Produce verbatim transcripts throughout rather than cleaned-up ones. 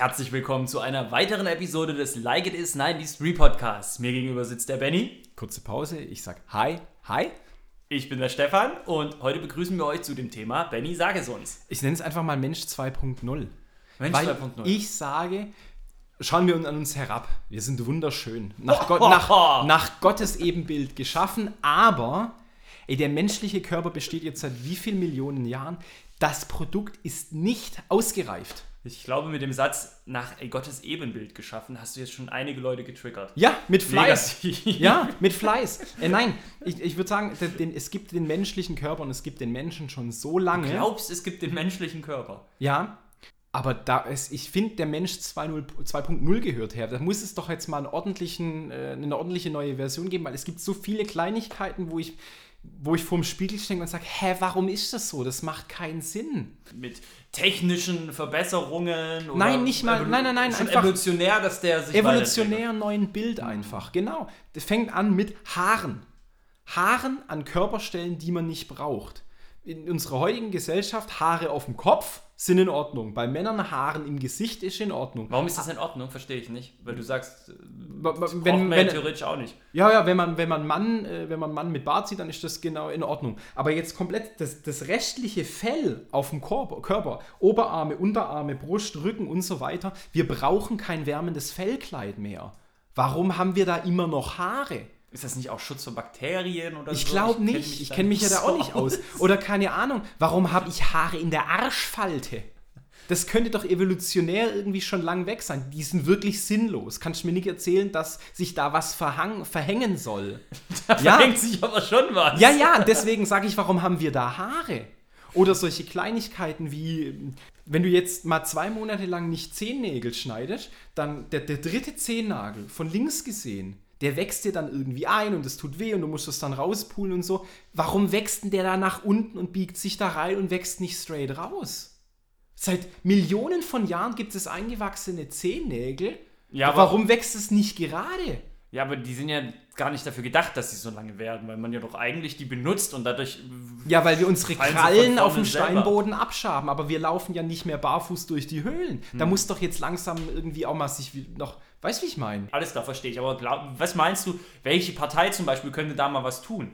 herzlich willkommen zu einer weiteren Episode des Like It Is neunzig Podcasts. Mir gegenüber sitzt der Benny. Kurze Pause, ich sag Hi, Hi. Ich bin der Stefan und heute begrüßen wir euch zu dem Thema Benny, sag es uns. Ich nenne es einfach mal Mensch zwei Punkt null. Mensch zwei Punkt null. Ich sage, schauen wir an uns herab. Wir sind wunderschön. Nach, Gott, nach, nach Gottes Ebenbild geschaffen, aber ey, der menschliche Körper besteht jetzt seit wie vielen Millionen Jahren? Das Produkt ist nicht ausgereift. Ich glaube, mit dem Satz, nach ey, Gottes Ebenbild geschaffen, hast du jetzt schon einige Leute getriggert. Ja, mit Fleiß. Ja, mit Fleiß. Äh, nein, ich, ich würde sagen, den, den, es gibt den menschlichen Körper und es gibt den Menschen schon so lange. Du glaubst, es gibt den menschlichen Körper? Ja, aber da es, ich finde, der Mensch zwei Punkt null gehört her. Da muss es doch jetzt mal einen ordentlichen, äh, eine ordentliche neue Version geben, weil es gibt so viele Kleinigkeiten, wo ich... wo ich vorm Spiegel stehe und sage, hä, warum ist das so? Das macht keinen Sinn. Mit technischen Verbesserungen? Oder nein, nicht mal, nein, nein, nein. Schon einfach evolutionär, dass der sich evolutionär neuen Bild einfach, genau. Das fängt an mit Haaren. Haaren an Körperstellen, die man nicht braucht. In unserer heutigen Gesellschaft, Haare auf dem Kopf sind in Ordnung. Bei Männern Haaren im Gesicht ist in Ordnung. Warum ist das in Ordnung? Verstehe ich nicht. Weil du sagst, das braucht wenn, man wenn, ja theoretisch auch nicht. Ja, ja, wenn man, wenn man Mann, äh, wenn man Mann mit Bart sieht, dann ist das genau in Ordnung. Aber jetzt komplett das, das restliche Fell auf dem Körper, Körper, Oberarme, Unterarme, Brust, Rücken und so weiter, wir brauchen kein wärmendes Fellkleid mehr. Warum haben wir da immer noch Haare? Ist das nicht auch Schutz vor Bakterien oder ich so? Glaub ich glaube nicht. Ich kenne mich ja da auch nicht aus. Oder keine Ahnung. Warum habe ich Haare in der Arschfalte? Das könnte doch evolutionär irgendwie schon lang weg sein. Die sind wirklich sinnlos. Kannst du mir nicht erzählen, dass sich da was verhang- verhängen soll? Da ja. verhängt sich aber schon was. Ja, ja, deswegen sage ich, warum haben wir da Haare? Oder solche Kleinigkeiten wie, wenn du jetzt mal zwei Monate lang nicht Zehennägel schneidest, dann der, der dritte Zehennagel von links gesehen, der wächst dir dann irgendwie ein und es tut weh und du musst es dann rauspulen und so. Warum wächst denn der da nach unten und biegt sich da rein und wächst nicht straight raus? Seit Millionen von Jahren gibt es eingewachsene Zehennägel. Ja, aber warum wächst es nicht gerade? Ja, aber die sind ja gar nicht dafür gedacht, dass sie so lange werden, weil man ja doch eigentlich die benutzt und dadurch... Ja, weil wir unsere Krallen auf dem Steinboden abschaben, aber wir laufen ja nicht mehr barfuß durch die Höhlen. Hm. Da muss doch jetzt langsam irgendwie auch mal sich noch... Weißt du, wie ich meine? Alles klar, verstehe ich. Aber glaub, was meinst du, welche Partei zum Beispiel könnte da mal was tun?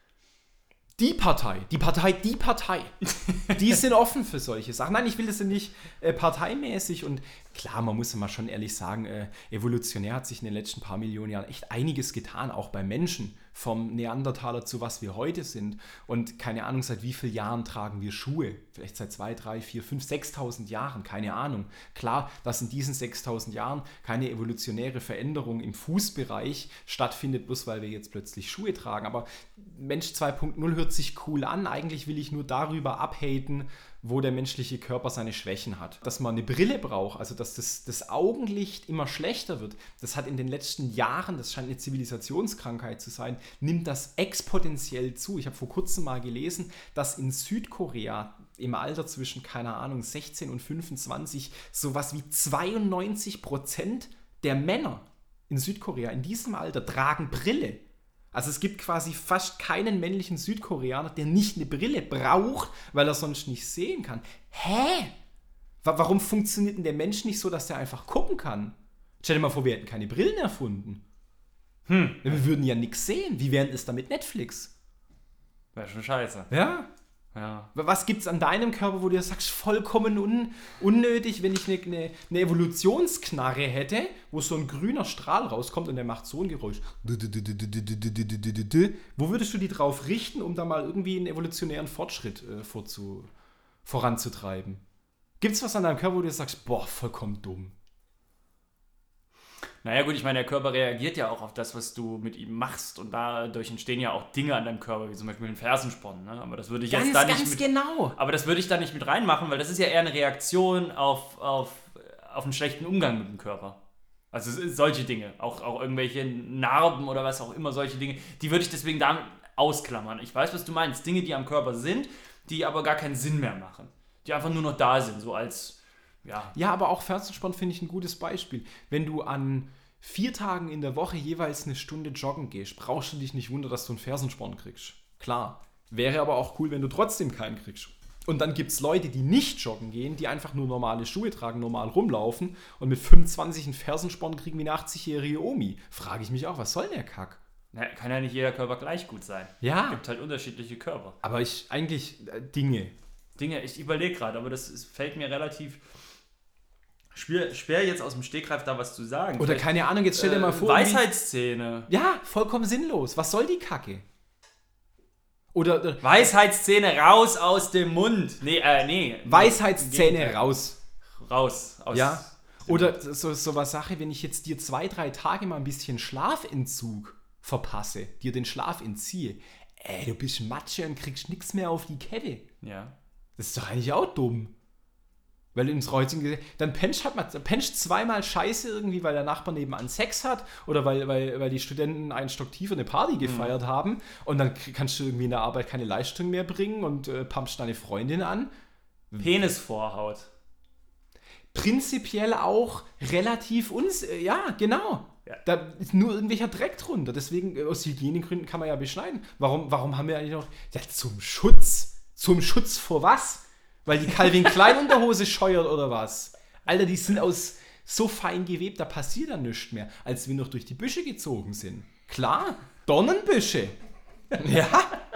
Die Partei, die Partei, die Partei, die sind offen für solche Sachen. Nein, ich will das ja nicht äh, parteimäßig und klar, man muss ja mal schon ehrlich sagen, äh, evolutionär hat sich in den letzten paar Millionen Jahren echt einiges getan, auch bei Menschen, vom Neandertaler zu was wir heute sind. Und keine Ahnung, seit wie vielen Jahren tragen wir Schuhe? Vielleicht seit zwei, drei, vier, fünf, sechstausend Jahren, keine Ahnung. Klar, dass in diesen sechstausend Jahren keine evolutionäre Veränderung im Fußbereich stattfindet, bloß weil wir jetzt plötzlich Schuhe tragen. Aber Mensch zwei Punkt null hört sich cool an. Eigentlich will ich nur darüber abhaten, wo der menschliche Körper seine Schwächen hat. Dass man eine Brille braucht, also dass das, das Augenlicht immer schlechter wird, das hat in den letzten Jahren, das scheint eine Zivilisationskrankheit zu sein, nimmt das exponentiell zu. Ich habe vor kurzem mal gelesen, dass in Südkorea im Alter zwischen, keine Ahnung, sechzehn und fünfundzwanzig sowas wie zweiundneunzig Prozent der Männer in Südkorea in diesem Alter tragen Brille. Also es gibt quasi fast keinen männlichen Südkoreaner, der nicht eine Brille braucht, weil er sonst nicht sehen kann. Hä? Warum funktioniert denn der Mensch nicht so, dass der einfach gucken kann? Stell dir mal vor, wir hätten keine Brillen erfunden. Hm. Wir würden ja nichts sehen. Wie wäre es da mit Netflix? Wäre schon scheiße. Ja? Ja. Was gibt's an deinem Körper, wo du sagst, vollkommen un- unnötig, wenn ich eine, eine, eine Evolutionsknarre hätte, wo so ein grüner Strahl rauskommt und der macht so ein Geräusch. Wo würdest du die drauf richten, um da mal irgendwie einen evolutionären Fortschritt äh, vorzu- voranzutreiben? Gibt's was an deinem Körper, wo du sagst, boah, vollkommen dumm? Naja gut, ich meine, der Körper reagiert ja auch auf das, was du mit ihm machst und dadurch entstehen ja auch Dinge an deinem Körper, wie zum Beispiel den Fersensporn, ne? Aber das würde ich ganz, jetzt da nicht ganz mit, genau. Aber das würde ich da nicht mit reinmachen, weil das ist ja eher eine Reaktion auf, auf, auf einen schlechten Umgang mit dem Körper. Also solche Dinge, auch, auch irgendwelche Narben oder was auch immer, solche Dinge, die würde ich deswegen damit ausklammern. Ich weiß, was du meinst, Dinge, die am Körper sind, die aber gar keinen Sinn mehr machen, die einfach nur noch da sind, so als... Ja. ja, aber auch Fersensporn finde ich ein gutes Beispiel. Wenn du an vier Tagen in der Woche jeweils eine Stunde joggen gehst, brauchst du dich nicht wundern, dass du einen Fersensporn kriegst. Klar. Wäre aber auch cool, wenn du trotzdem keinen kriegst. Und dann gibt es Leute, die nicht joggen gehen, die einfach nur normale Schuhe tragen, normal rumlaufen und mit fünfundzwanzig einen Fersensporn kriegen wie eine achtzigjährige Omi. Frage ich mich auch, was soll der Kack? Na, kann ja nicht jeder Körper gleich gut sein. Ja. Es gibt halt unterschiedliche Körper. Aber ich, eigentlich äh, Dinge. Dinge, ich überlege gerade, aber das ist, fällt mir relativ schwer, schwer jetzt aus dem Stegreif da was zu sagen. Oder Vielleicht, keine Ahnung, jetzt stell dir äh, mal vor. Weisheitszähne. Ja, vollkommen sinnlos. Was soll die Kacke? Oder äh, Weisheitszähne raus aus dem Mund. Nee, äh, nee. Weisheitszähne raus. Raus. Aus Ja. Oder so, so was Sache, wenn ich jetzt dir zwei, drei Tage mal ein bisschen Schlafentzug verpasse, dir den Schlaf entziehe, ey, du bist Matsche und kriegst nichts mehr auf die Kette. Ja. Das ist doch eigentlich auch dumm. Weil ins Reuting, dann pencht hat man pencht zweimal Scheiße irgendwie, weil der Nachbar nebenan Sex hat oder weil, weil, weil die Studenten einen Stock tiefer eine Party gefeiert mhm. haben und dann kannst du irgendwie in der Arbeit keine Leistung mehr bringen und äh, pumpst deine Freundin an. Penisvorhaut. Prinzipiell auch relativ uns, ja, genau. Ja. Da ist nur irgendwelcher Dreck drunter. Deswegen, aus Hygienegründen kann man ja beschneiden. Warum, warum haben wir eigentlich noch, ja, zum Schutz. Zum Schutz vor was? Weil die Calvin Klein Unterhose scheuert oder was? Alter, die sind aus so fein gewebt, da passiert dann nichts mehr, als wir noch durch die Büsche gezogen sind. Klar, Dornenbüsche. Ja.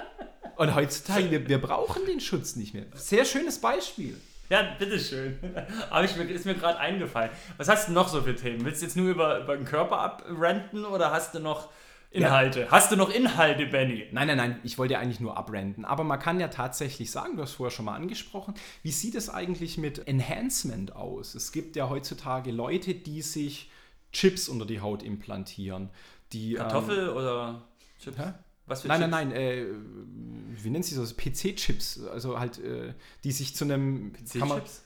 Und heutzutage, wir, wir brauchen den Schutz nicht mehr. Sehr schönes Beispiel. Ja, bitteschön. Aber ich, ist mir gerade eingefallen. Was hast du noch so für Themen? Willst du jetzt nur über, über den Körper abrenten oder hast du noch Inhalte? Ja. Hast du noch Inhalte, Benny? Nein, nein, nein, ich wollte ja eigentlich nur abrenten. Aber man kann ja tatsächlich sagen, du hast vorher schon mal angesprochen, wie sieht es eigentlich mit Enhancement aus? Es gibt ja heutzutage Leute, die sich Chips unter die Haut implantieren. Die, Kartoffel ähm, oder Chips? Hä? Was für nein, Chips? nein, nein, äh, wie nennt sich das? P C-Chips, also halt, äh, die sich zu einem... P C-Chips?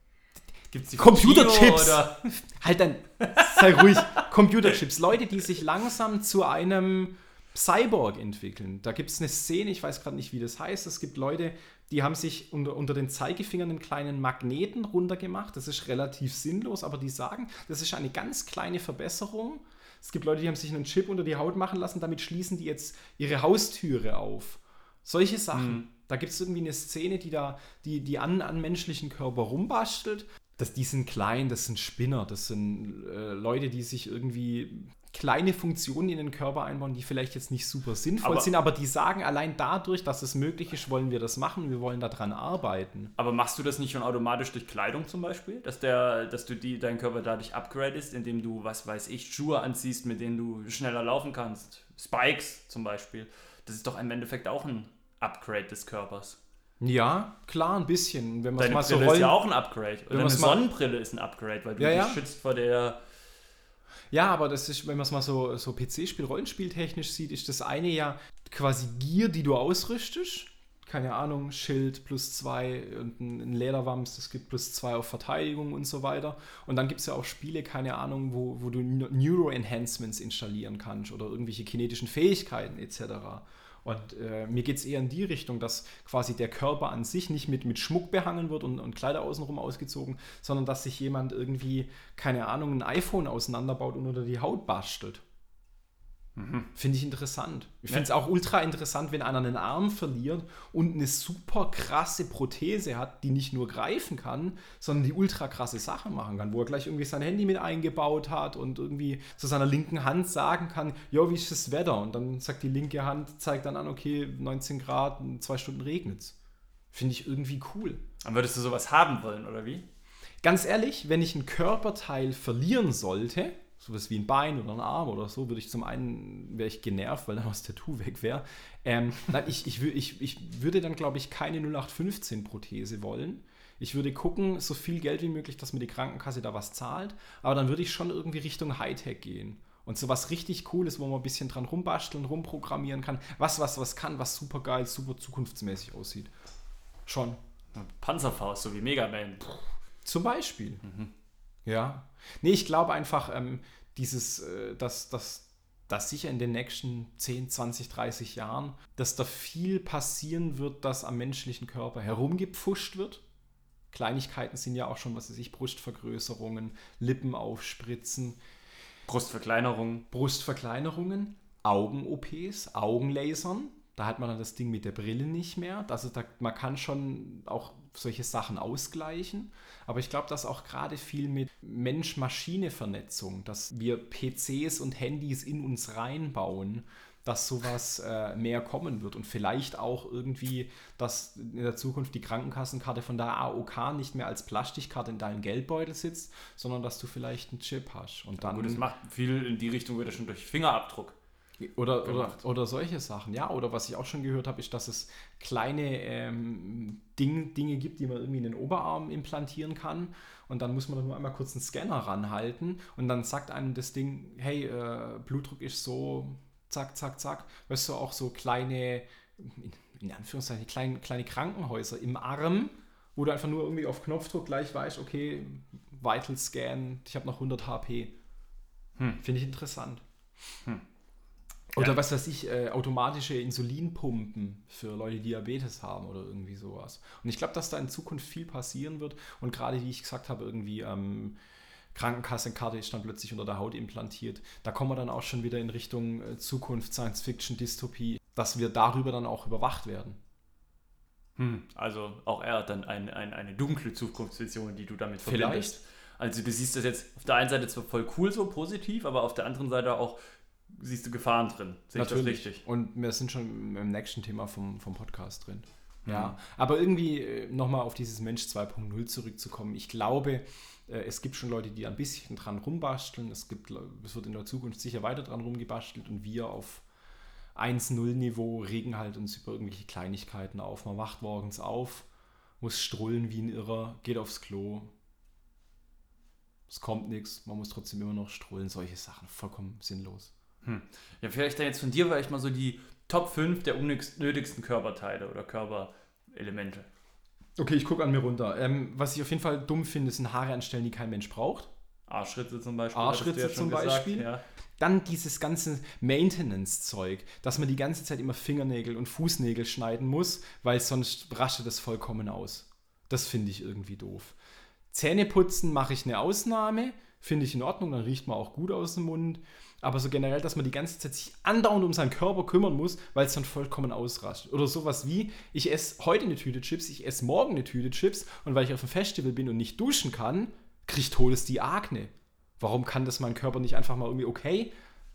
Gibt's die Computerchips! Oder? Halt dann, sei ruhig. Computerchips. Leute, die sich langsam zu einem Cyborg entwickeln. Da gibt es eine Szene, ich weiß gerade nicht, wie das heißt. Es gibt Leute, die haben sich unter, unter den Zeigefingern einen kleinen Magneten runtergemacht. Das ist relativ sinnlos, aber die sagen, das ist eine ganz kleine Verbesserung. Es gibt Leute, die haben sich einen Chip unter die Haut machen lassen, damit schließen die jetzt ihre Haustüre auf. Solche Sachen. Mhm. Da gibt es irgendwie eine Szene, die da die, die an, an menschlichen Körper rumbastelt. Das, die sind klein, das sind Spinner, das sind äh, Leute, die sich irgendwie kleine Funktionen in den Körper einbauen, die vielleicht jetzt nicht super sinnvoll aber, sind, aber die sagen, allein dadurch, dass es möglich ist, wollen wir das machen, wir wollen daran arbeiten. Aber machst du das nicht schon automatisch durch Kleidung zum Beispiel? Dass, der, dass du die, deinen Körper dadurch upgradest, indem du, was weiß ich, Schuhe anziehst, mit denen du schneller laufen kannst? Spikes zum Beispiel. Das ist doch im Endeffekt auch ein Upgrade des Körpers. Ja, klar, ein bisschen. Wenn Deine mal Brille so rollen, ist ja auch ein Upgrade. Oder eine mal, Sonnenbrille ist ein Upgrade, weil du ja, dich ja. schützt vor der... Ja, aber das ist, wenn man es mal so, so P C-Spiel, Rollenspieltechnisch sieht, ist das eine ja quasi Gear, die du ausrüstest. Keine Ahnung, Schild plus zwei und ein Lederwams, das gibt plus zwei auf Verteidigung und so weiter. Und dann gibt es ja auch Spiele, keine Ahnung, wo, wo du Neuro-Enhancements installieren kannst oder irgendwelche kinetischen Fähigkeiten et cetera. Und äh, mir geht es eher in die Richtung, dass quasi der Körper an sich nicht mit, mit Schmuck behangen wird und, und Kleider außenrum ausgezogen, sondern dass sich jemand irgendwie, keine Ahnung, ein iPhone auseinanderbaut und unter die Haut bastelt. Mhm. Finde ich interessant. Ich finde es ja. auch ultra interessant, wenn einer einen Arm verliert und eine super krasse Prothese hat, die nicht nur greifen kann, sondern die ultra krasse Sachen machen kann, wo er gleich irgendwie sein Handy mit eingebaut hat und irgendwie zu seiner linken Hand sagen kann, ja, wie ist das Wetter? Und dann sagt die linke Hand, zeigt dann an, okay, neunzehn Grad, in zwei Stunden regnet's. Finde ich irgendwie cool. Dann würdest du sowas haben wollen, oder wie? Ganz ehrlich, wenn ich ein Körperteil verlieren sollte, sowas wie ein Bein oder ein Arm oder so, würde ich zum einen, wäre ich genervt, weil dann das Tattoo weg wäre. Ähm, nein, ich, ich, ich, ich würde dann, glaube ich, keine null acht fünfzehn Prothese wollen. Ich würde gucken, so viel Geld wie möglich, dass mir die Krankenkasse da was zahlt, aber dann würde ich schon irgendwie Richtung Hightech gehen. Und so was richtig Cooles, wo man ein bisschen dran rumbasteln, rumprogrammieren kann, was, was, was kann, was super geil, super zukunftsmäßig aussieht. Schon. Panzerfaust, so wie Mega Man. Zum Beispiel. Mhm. Ja. Nee, ich glaube einfach, ähm, dieses, äh, dass, dass, dass sicher in den nächsten zehn, zwanzig, dreißig Jahren, dass da viel passieren wird, dass am menschlichen Körper herumgepfuscht wird. Kleinigkeiten sind ja auch schon, was weiß ich, Brustvergrößerungen, Lippen aufspritzen. Brustverkleinerungen. Brustverkleinerungen, Augen-O Ps, Augenlasern. Da hat man dann das Ding mit der Brille nicht mehr. Also da, man kann schon auch solche Sachen ausgleichen. Aber ich glaube, dass auch gerade viel mit Mensch-Maschine-Vernetzung, dass wir P Cs und Handys in uns reinbauen, dass sowas äh, mehr kommen wird. Und vielleicht auch irgendwie, dass in der Zukunft die Krankenkassenkarte von der A O K nicht mehr als Plastikkarte in deinem Geldbeutel sitzt, sondern dass du vielleicht einen Chip hast. Und dann, Gut, das macht viel in die Richtung wieder schon durch Fingerabdruck. Oder, oder, oder solche Sachen, ja. Oder was ich auch schon gehört habe, ist, dass es kleine ähm, Ding, Dinge gibt, die man irgendwie in den Oberarm implantieren kann. Und dann muss man nur einmal kurz einen Scanner ranhalten und dann sagt einem das Ding, hey, äh, Blutdruck ist so, zack, zack, zack. Weißt du, auch so kleine, in, in Anführungszeichen, kleine, kleine Krankenhäuser im Arm, wo du einfach nur irgendwie auf Knopfdruck gleich weißt, okay, Vital Scan, ich habe noch hundert H P. Hm. Finde ich interessant. Hm. Oder ja. was weiß ich, äh, automatische Insulinpumpen für Leute, die Diabetes haben oder irgendwie sowas. Und ich glaube, dass da in Zukunft viel passieren wird. Und gerade, wie ich gesagt habe, irgendwie ähm, Krankenkassenkarte ist dann plötzlich unter der Haut implantiert. Da kommen wir dann auch schon wieder in Richtung äh, Zukunft, Science-Fiction, Dystopie, dass wir darüber dann auch überwacht werden. Hm. Also auch eher dann ein, ein, eine dunkle Zukunftsvision, die du damit verbindest. Vielleicht. Also du siehst das jetzt auf der einen Seite zwar voll cool so, positiv, aber auf der anderen Seite auch siehst du Gefahren drin. Sehe ich das richtig? Und wir sind schon im nächsten Thema vom, vom Podcast drin. Ja, mhm. Aber irgendwie nochmal auf dieses Mensch zwei Punkt null zurückzukommen. Ich glaube, es gibt schon Leute, die ein bisschen dran rumbasteln. Es gibt, es wird in der Zukunft sicher weiter dran rumgebastelt und wir auf eins null Niveau regen halt uns über irgendwelche Kleinigkeiten auf. Man wacht morgens auf, muss strullen wie ein Irrer, geht aufs Klo. Es kommt nichts, man muss trotzdem immer noch strullen. Solche Sachen, vollkommen sinnlos. Hm. Ja, vielleicht dann jetzt von dir vielleicht mal so die Top fünf der unnötigsten Körperteile oder Körperelemente. Okay, ich gucke an mir runter. Ähm, was ich auf jeden Fall dumm finde, sind Haare anstellen, die kein Mensch braucht. Arschritze zum Beispiel. Arschritze ja zum Beispiel. Gesagt, ja. Dann dieses ganze Maintenance-Zeug, dass man die ganze Zeit immer Fingernägel und Fußnägel schneiden muss, weil sonst rastet das vollkommen aus. Das finde ich irgendwie doof. Zähneputzen mache ich eine Ausnahme, finde ich in Ordnung, dann riecht man auch gut aus dem Mund. Aber so generell, dass man die ganze Zeit sich andauernd um seinen Körper kümmern muss, weil es dann vollkommen ausrastet. Oder sowas wie, ich esse heute eine Tüte Chips, ich esse morgen eine Tüte Chips und weil ich auf dem Festival bin und nicht duschen kann, kriege ich Todesdiagne. Warum kann das mein Körper nicht einfach mal irgendwie, okay,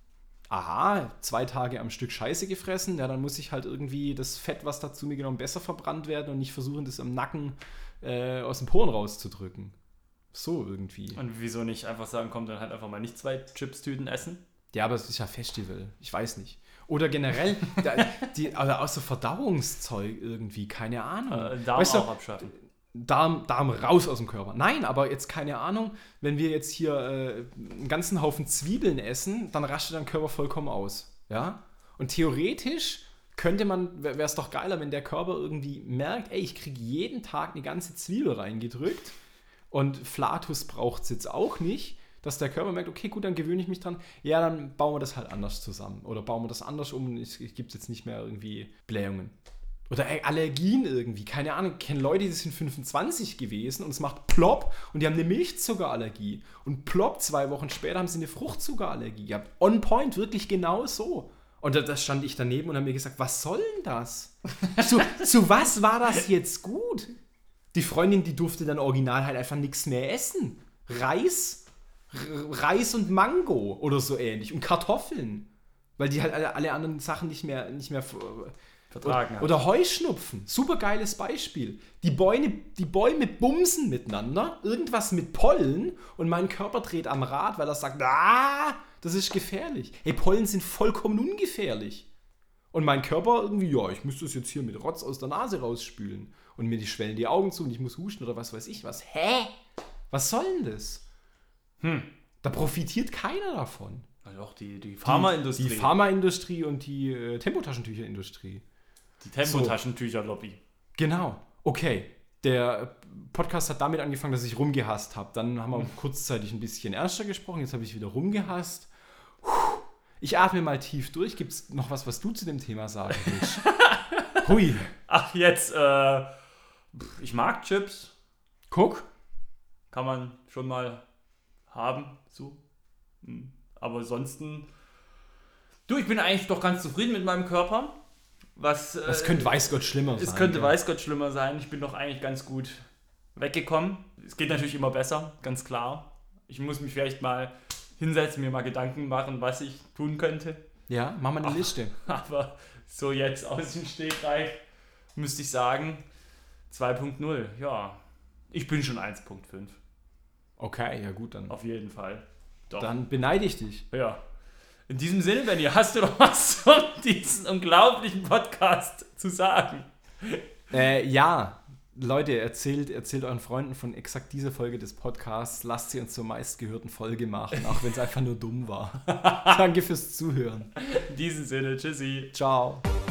aha, zwei Tage am Stück Scheiße gefressen, ja, dann muss ich halt irgendwie das Fett, was da zu mir genommen, besser verbrannt werden und nicht versuchen, das am Nacken äh, aus den Poren rauszudrücken. So irgendwie. Und wieso nicht einfach sagen, komm, dann halt einfach mal nicht zwei Chips-Tüten essen? Ja, aber es ist ja Festival. Ich weiß nicht. Oder generell, da, die, also auch so Verdauungszeug irgendwie, keine Ahnung. Äh, Darm weißt du, auch abschaffen. Darm, Darm raus aus dem Körper. Nein, aber jetzt keine Ahnung, wenn wir jetzt hier äh, einen ganzen Haufen Zwiebeln essen, dann rastet dein Körper vollkommen aus. Ja? Und theoretisch könnte man, wäre es doch geiler, wenn der Körper irgendwie merkt, ey, ich kriege jeden Tag eine ganze Zwiebel reingedrückt und Flatus braucht es jetzt auch nicht, dass der Körper merkt, okay, gut, dann gewöhne ich mich dran. Ja, dann bauen wir das halt anders zusammen. Oder bauen wir das anders um und es gibt jetzt nicht mehr irgendwie Blähungen. Oder ey, Allergien irgendwie. Keine Ahnung, ich kenne Leute, die sind fünfundzwanzig gewesen und es macht plopp und die haben eine Milchzuckerallergie. Und plopp, zwei Wochen später haben sie eine Fruchtzuckerallergie gehabt. On point, wirklich genau so. Und da, da stand ich daneben und habe mir gesagt, was soll denn das? zu, zu was war das jetzt gut? Die Freundin, die durfte dann original halt einfach nichts mehr essen. Reis, Reis und Mango oder so ähnlich und Kartoffeln, weil die halt alle, alle anderen Sachen nicht mehr, nicht mehr vertragen oder, oder Heuschnupfen, super geiles Beispiel. Die Bäume, die Bäume bumsen miteinander, irgendwas mit Pollen und mein Körper dreht am Rad, weil er sagt, ah, das ist gefährlich. Hey, Pollen sind vollkommen ungefährlich. Und mein Körper irgendwie, ja, ich muss das jetzt hier mit Rotz aus der Nase rausspülen und mir die schwellen die Augen zu und ich muss husten oder was weiß ich was. Hä? Was soll denn das? Hm. Da profitiert keiner davon. Also auch die, die Pharmaindustrie. Die, die Pharmaindustrie und die äh, Tempotaschentücherindustrie. Die Tempotaschentücher-Lobby. So. Genau. Okay. Der Podcast hat damit angefangen, dass ich rumgehasst habe. Dann haben wir hm. kurzzeitig ein bisschen ernster gesprochen. Jetzt habe ich wieder rumgehasst. Ich atme mal tief durch. Gibt es noch was, was du zu dem Thema sagen willst? Hui. Ach, jetzt, äh, ich mag Chips. Guck. Kann man schon mal haben, so. Aber ansonsten, du, ich bin eigentlich doch ganz zufrieden mit meinem Körper. Was, das äh, könnte weiß Gott schlimmer es sein. Es könnte ja. weiß Gott schlimmer sein. Ich bin doch eigentlich ganz gut weggekommen. Es geht natürlich immer besser, ganz klar. Ich muss mich vielleicht mal hinsetzen, mir mal Gedanken machen, was ich tun könnte. Ja, mach mal eine Ach, Liste. Aber so jetzt aus dem Stegreif müsste ich sagen, zwei Punkt null. Ja, ich bin schon eins Punkt fünf. Okay, ja gut, dann. Auf jeden Fall. Doch. Dann beneide ich dich. Ja. In diesem Sinne, Benni, hast du noch was zu diesem unglaublichen Podcast zu sagen? Äh, ja, Leute, erzählt, erzählt euren Freunden von exakt dieser Folge des Podcasts. Lasst sie uns zur meistgehörten Folge machen, auch wenn es einfach nur dumm war. Danke fürs Zuhören. In diesem Sinne, tschüssi. Ciao.